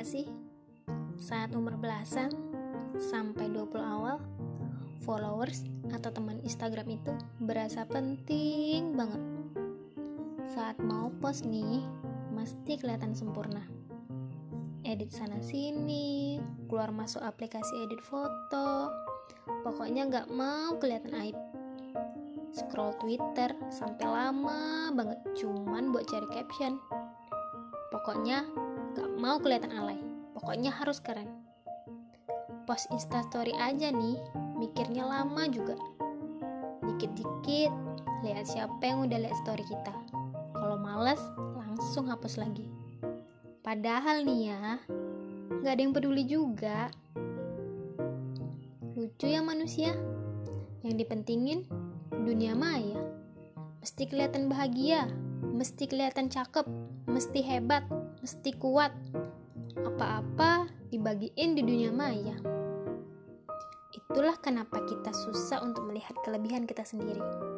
gak sih? Saat umur belasan sampai 20 awal, followers atau teman Instagram itu berasa penting banget. Saat mau post nih, mesti kelihatan sempurna. Edit sana sini, keluar masuk aplikasi edit foto. Pokoknya gak mau kelihatan aib. Scroll Twitter sampai lama banget cuman buat cari caption. Pokoknya gak mau kelihatan alay. Pokoknya harus keren. Post Instastory aja nih, mikirnya lama juga. Dikit-dikit lihat siapa yang udah lihat story kita. Kalau males, langsung hapus lagi. Padahal nih ya, gak ada yang peduli juga. Lucu ya manusia. Yang dipentingin dunia maya. Mesti kelihatan bahagia, mesti kelihatan cakep, mesti hebat, mesti kuat. Apa-apa dibagiin di dunia maya. Itulah kenapa kita susah untuk melihat kelebihan kita sendiri.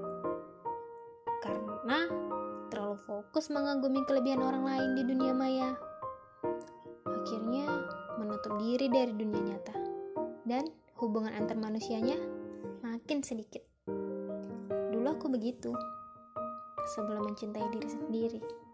Karena terlalu fokus mengagumi kelebihan orang lain di dunia maya. Akhirnya menutup diri dari dunia nyata. Dan hubungan antar manusianya makin sedikit. Dulu aku begitu, sebelum mencintai diri sendiri.